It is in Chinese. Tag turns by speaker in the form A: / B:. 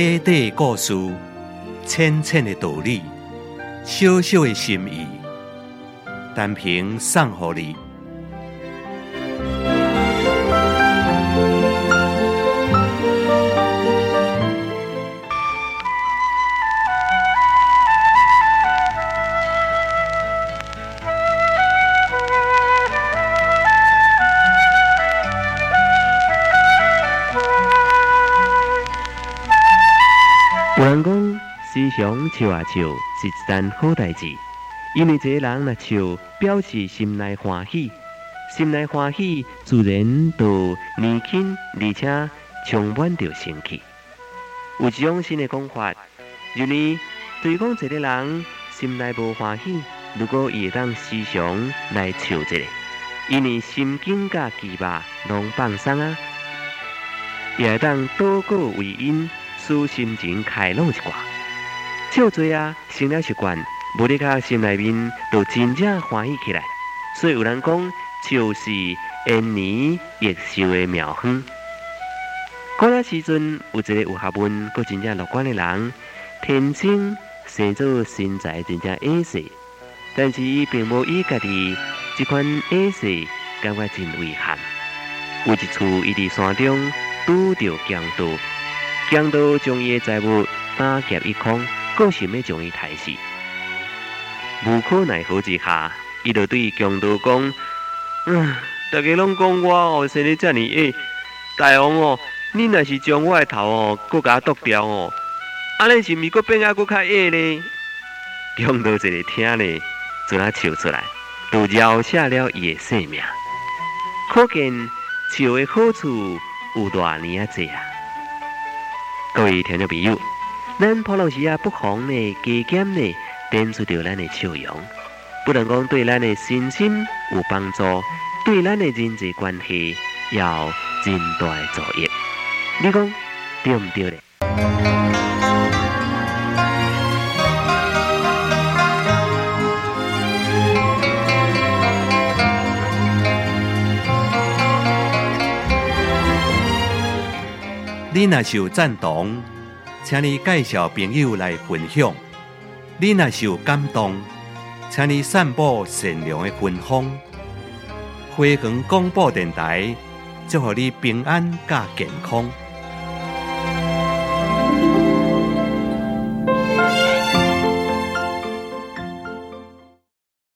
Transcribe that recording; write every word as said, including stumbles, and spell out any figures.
A: 短短的故事，浅浅的道理，小小的心意，单凭送予你。
B: 有人讲，时常笑啊笑是一件好代志，因为一个人若笑，表示心内欢喜，心内欢喜，自然就年轻，而且充满着生气。有一种新的讲法，认为对讲一个人心内无欢喜，如果伊会当时常来笑一下，因为心境甲期望拢放松啊，也会当祷告为因。使心情开朗一寡，笑做啊，成了习惯，无你卡心内面就真正欢喜起来。所以有人讲，笑是延年益寿的妙方。古早时阵有一个有学问、佮真正乐观的人，天生生做身材真正矮小，但是伊并无以家己这款矮小感觉真遗憾。有一次，伊伫山中拄着强盗。强盗将伊的财物打劫一空，个想要将伊杀死。无可奈何之下，伊就对强盗讲：“嗯，大家拢讲我哦生得遮尔矮，大王哦，你若是将我的头哦，搁甲剁掉哦，安尼是毋是搁变啊搁较矮呢？”强盗一个听呢，就啊笑出来，就饶下了伊的性命。可见笑的好处有偌尼啊济啊！各位听众朋友，咱普通时啊不妨呢加减呢变出着咱的笑容，不能讲对咱的身心有帮助，对咱的人际关系也有真大的助益。你讲对唔对咧？
A: 你若是有赞同，请你介绍朋友来分享；你若是有感动，请你散布善良的芬芳。花园广播电台，祝福你平安加健康。